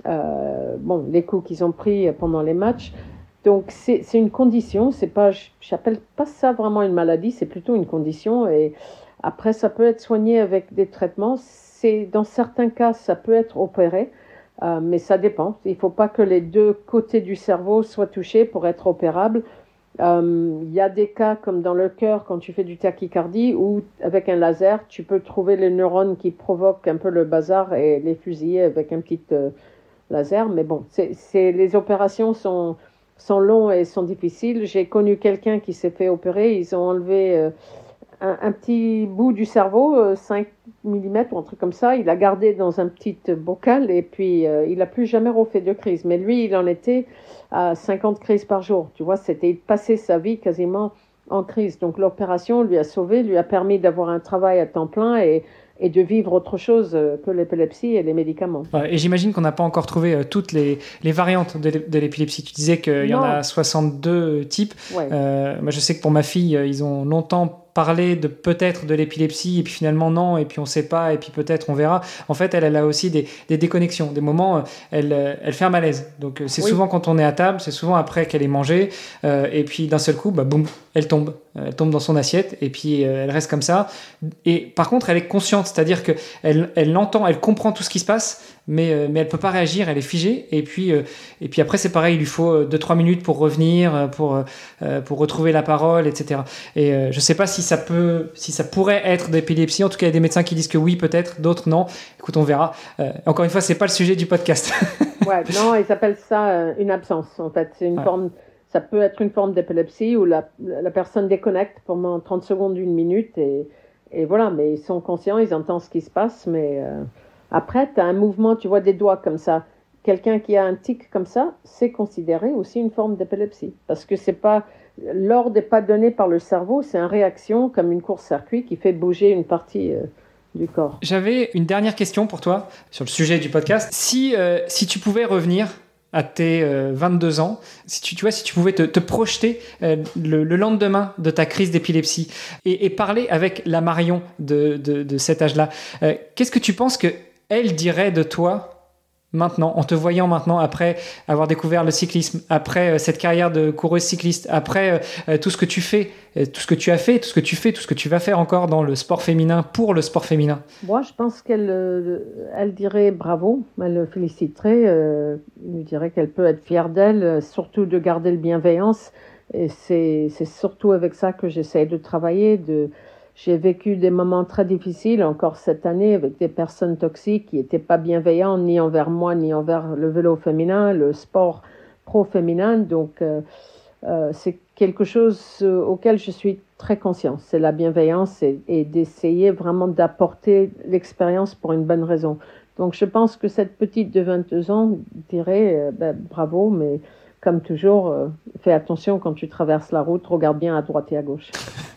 euh, bon, les coups qu'ils ont pris pendant les matchs. Donc c'est, c'est une condition, c'est pas, je n'appelle pas ça vraiment une maladie, c'est plutôt une condition. Et après, ça peut être soigné avec des traitements. C'est, dans certains cas, ça peut être opéré, euh, mais ça dépend. Il ne faut pas que les deux côtés du cerveau soient touchés pour être opérable. Il euh, y a des cas comme dans le cœur quand tu fais du tachycardie où avec un laser tu peux trouver les neurones qui provoquent un peu le bazar et les fusiller avec un petit euh, laser, mais bon c'est, c'est, les opérations sont, sont longues et sont difficiles. J'ai connu quelqu'un qui s'est fait opérer, ils ont enlevé euh, un, un petit bout du cerveau, euh, cinq millimètres ou un truc comme ça, il l'a gardé dans un petit bocal et puis euh, il n'a plus jamais refait de crise, mais lui il en était à cinquante crises par jour. Tu vois, c'était passer sa vie quasiment en crise. Donc l'opération lui a sauvé, lui a permis d'avoir un travail à temps plein et, et de vivre autre chose que l'épilepsie et les médicaments. Et j'imagine qu'on n'a pas encore trouvé euh, toutes les, les variantes de, de l'épilepsie. Tu disais qu'il y non. en a soixante-deux types. Ouais. Euh, moi, je sais que pour ma fille, ils ont longtemps parler de peut-être de l'épilepsie et puis finalement non et puis on sait pas et puis peut-être on verra. En fait elle, elle a aussi des, des déconnexions, des moments elle, elle fait un malaise, donc c'est oui. souvent quand on est à table, c'est souvent après qu'elle ait mangé euh, et puis d'un seul coup bah, boum, elle tombe elle tombe dans son assiette et puis euh, elle reste comme ça. Et par contre elle est consciente, c'est-à-dire que elle, elle l'entend, elle comprend tout ce qui se passe mais, euh, mais elle peut pas réagir, elle est figée et puis, euh, et puis après c'est pareil, il lui faut deux trois minutes pour revenir, pour, euh, pour retrouver la parole, etc. Et euh, je sais pas si ça peut, si ça pourrait être d'épilepsie. En tout cas, il y a des médecins qui disent que oui, peut-être, d'autres non. Écoute, on verra. Euh, encore une fois, c'est pas le sujet du podcast. Ouais, non, ils appellent ça euh, une absence. En fait, c'est une ouais. forme. Ça peut être une forme d'épilepsie où la, la personne déconnecte pendant trente secondes, une minute, et, et voilà. Mais ils sont conscients, ils entendent ce qui se passe. Mais euh, après, tu as un mouvement, tu vois des doigts comme ça. Quelqu'un qui a un tic comme ça, c'est considéré aussi une forme d'épilepsie, parce que c'est pas l'ordre n'est pas donné par le cerveau, c'est une réaction comme une court-circuit qui fait bouger une partie euh, du corps. J'avais une dernière question pour toi sur le sujet du podcast. Si, euh, si tu pouvais revenir à tes euh, vingt-deux ans, si tu, tu vois, si tu pouvais te, te projeter euh, le, le lendemain de ta crise d'épilepsie et, et parler avec la Marion de, de, de cet âge-là, euh, qu'est-ce que tu penses qu'elle dirait de toi maintenant, en te voyant maintenant, après avoir découvert le cyclisme, après euh, cette carrière de coureuse cycliste, après euh, tout ce que tu fais, euh, tout ce que tu as fait, tout ce que tu fais, tout ce que tu vas faire encore dans le sport féminin, pour le sport féminin? Moi, je pense qu'elle euh, elle dirait bravo, elle le féliciterait, euh, elle lui dirait qu'elle peut être fière d'elle, surtout de garder le bienveillance. Et c'est, c'est surtout avec ça que j'essaie de travailler, de... J'ai vécu des moments très difficiles encore cette année avec des personnes toxiques qui n'étaient pas bienveillantes ni envers moi ni envers le vélo féminin, le sport pro-féminin. Donc euh, euh, c'est quelque chose auquel je suis très consciente. C'est la bienveillance et, et d'essayer vraiment d'apporter l'expérience pour une bonne raison. Donc je pense que cette petite de vingt-deux ans dirait euh, ben, bravo, mais comme toujours, euh, fais attention quand tu traverses la route, regarde bien à droite et à gauche.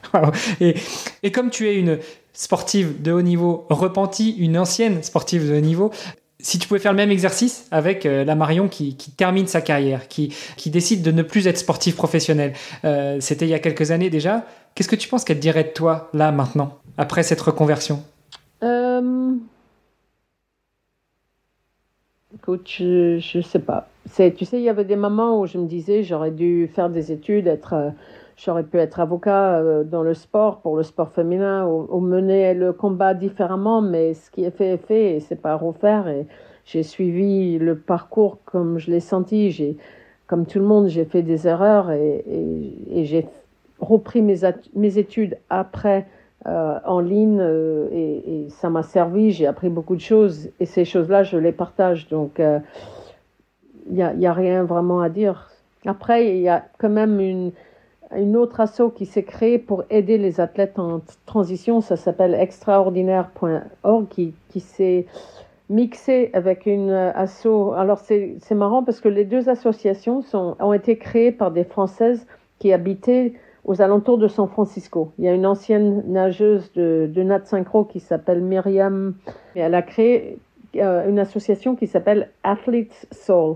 Et, et comme tu es une sportive de haut niveau repentie, une ancienne sportive de haut niveau, si tu pouvais faire le même exercice avec euh, la Marion qui, qui termine sa carrière, qui, qui décide de ne plus être sportive professionnelle, euh, c'était il y a quelques années déjà, qu'est-ce que tu penses qu'elle dirait de toi, là, maintenant, après cette reconversion? euh... Écoute, je ne sais pas. C'est, tu sais, il y avait des moments où je me disais j'aurais dû faire des études, être... Euh, J'aurais pu être avocat dans le sport, pour le sport féminin, ou, ou mener le combat différemment, mais ce qui est fait est fait et c'est pas à refaire. Et j'ai suivi le parcours comme je l'ai senti. J'ai, comme tout le monde, j'ai fait des erreurs et, et, et j'ai repris mes, mes études après euh, en ligne euh, et, et ça m'a servi. J'ai appris beaucoup de choses et ces choses-là, je les partage. Donc, il euh, n'y a, y a rien vraiment à dire. Après, il y a quand même une... Une autre asso qui s'est créée pour aider les athlètes en transition, ça s'appelle extraordinaire point org, qui, qui s'est mixée avec une asso. Alors c'est, c'est marrant parce que les deux associations sont, ont été créées par des Françaises qui habitaient aux alentours de San Francisco. Il y a une ancienne nageuse de, de nat synchro qui s'appelle Myriam, et elle a créé euh, une association qui s'appelle Athletes Soul.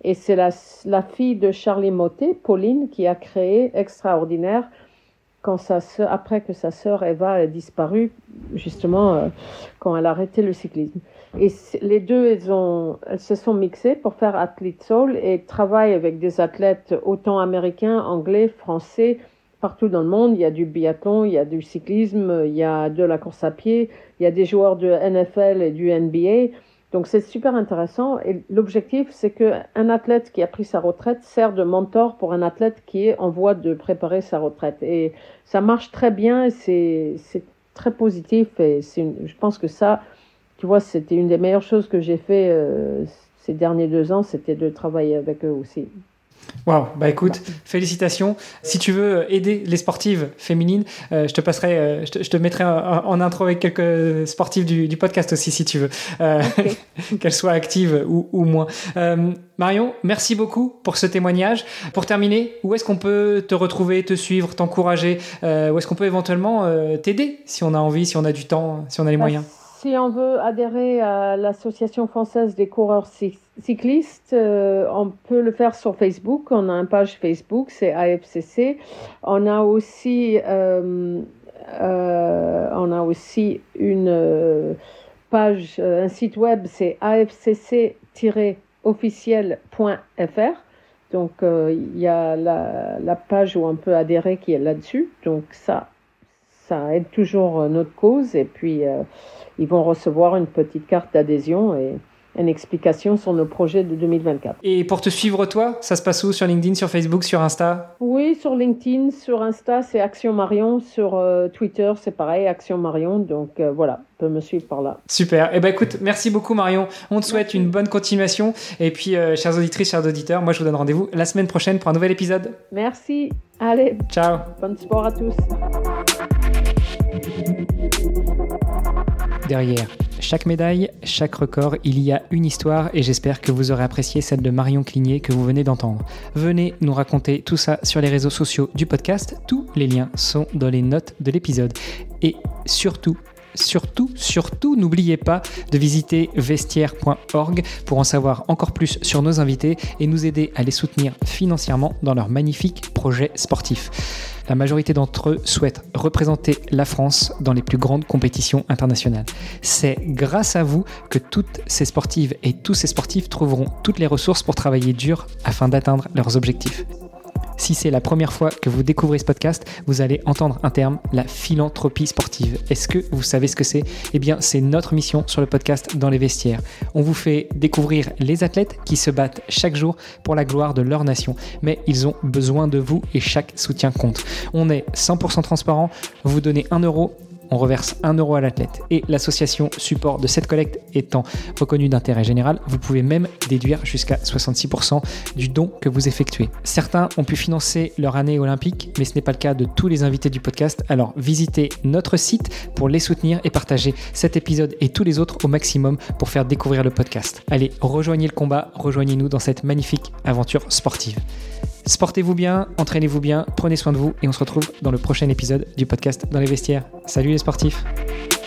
Et c'est la, la fille de Charlie Mottet, Pauline, qui a créé Extraordinaire quand sa sœur, après que sa sœur Eva ait disparu, justement euh, quand elle a arrêté le cyclisme. Et les deux, elles, ont, elles se sont mixées pour faire Athlete Soul et travaillent avec des athlètes autant américains, anglais, français, partout dans le monde. Il y a du biathlon, il y a du cyclisme, il y a de la course à pied, il y a des joueurs de N F L et du N B A. Donc c'est super intéressant. Et l'objectif, c'est qu'un athlète qui a pris sa retraite sert de mentor pour un athlète qui est en voie de préparer sa retraite. Et ça marche très bien, c'est, c'est très positif. Et c'est une, je pense que ça, tu vois, c'était une des meilleures choses que j'ai fait euh, ces derniers deux ans, c'était de travailler avec eux aussi. Waouh, bah écoute, félicitations. Si tu veux aider les sportives féminines, euh, je te passerai, euh, je, te, je te mettrai en, en intro avec quelques sportives du, du podcast aussi, si tu veux, euh, okay. Qu'elles soient actives ou, ou moins. Euh, Marion, merci beaucoup pour ce témoignage. Pour terminer, où est-ce qu'on peut te retrouver, te suivre, t'encourager, euh, où est-ce qu'on peut éventuellement euh, t'aider si on a envie, si on a du temps, si on a les moyens? Si on veut adhérer à l'Association française des coureurs cyclistes, euh, on peut le faire sur Facebook. On a une page Facebook, c'est A F C C. On a aussi, euh, euh, on a aussi une euh, page, euh, un site web, c'est a f c c tiret officiel point f r. Donc, il euh, y a la, la page où on peut adhérer qui est là-dessus. Donc, ça, ça aide toujours notre cause. Et puis, euh, ils vont recevoir une petite carte d'adhésion et une explication sur nos projets de deux mille vingt-quatre. Et pour te suivre, toi, ça se passe où? Sur LinkedIn, sur Facebook, sur Insta? Oui, sur LinkedIn, sur Insta, c'est Action Marion. Sur euh, Twitter, c'est pareil, Action Marion. Donc euh, voilà, tu peux me suivre par là. Super. Eh ben, écoute, merci beaucoup Marion. On te souhaite merci. Une bonne continuation. Et puis, euh, chères auditrices, chers auditeurs, moi je vous donne rendez-vous la semaine prochaine pour un nouvel épisode. Merci. Allez. Ciao. Bon sport à tous. Derrière chaque médaille, chaque record, il y a une histoire et j'espère que vous aurez apprécié celle de Marion Cligné que vous venez d'entendre. Venez nous raconter tout ça sur les réseaux sociaux du podcast. Tous les liens sont dans les notes de l'épisode. Et surtout, Surtout, surtout, n'oubliez pas de visiter vestiaire point org pour en savoir encore plus sur nos invités et nous aider à les soutenir financièrement dans leurs magnifiques projets sportifs. La majorité d'entre eux souhaitent représenter la France dans les plus grandes compétitions internationales. C'est grâce à vous que toutes ces sportives et tous ces sportifs trouveront toutes les ressources pour travailler dur afin d'atteindre leurs objectifs. Si c'est la première fois que vous découvrez ce podcast, vous allez entendre un terme, la philanthropie sportive. Est-ce que vous savez ce que c'est? Eh bien, c'est notre mission sur le podcast Dans les vestiaires. On vous fait découvrir les athlètes qui se battent chaque jour pour la gloire de leur nation. Mais ils ont besoin de vous et chaque soutien compte. On est cent pour cent transparent. Vous donnez un euro, on reverse un euro à l'athlète. Et l'association support de cette collecte étant reconnue d'intérêt général, vous pouvez même déduire jusqu'à soixante-six pour cent du don que vous effectuez. Certains ont pu financer leur année olympique, mais ce n'est pas le cas de tous les invités du podcast. Alors visitez notre site pour les soutenir et partager cet épisode et tous les autres au maximum pour faire découvrir le podcast. Allez, rejoignez le combat, rejoignez-nous dans cette magnifique aventure sportive. Sportez-vous bien, entraînez-vous bien, prenez soin de vous et on se retrouve dans le prochain épisode du podcast Dans les vestiaires. Salut les sportifs!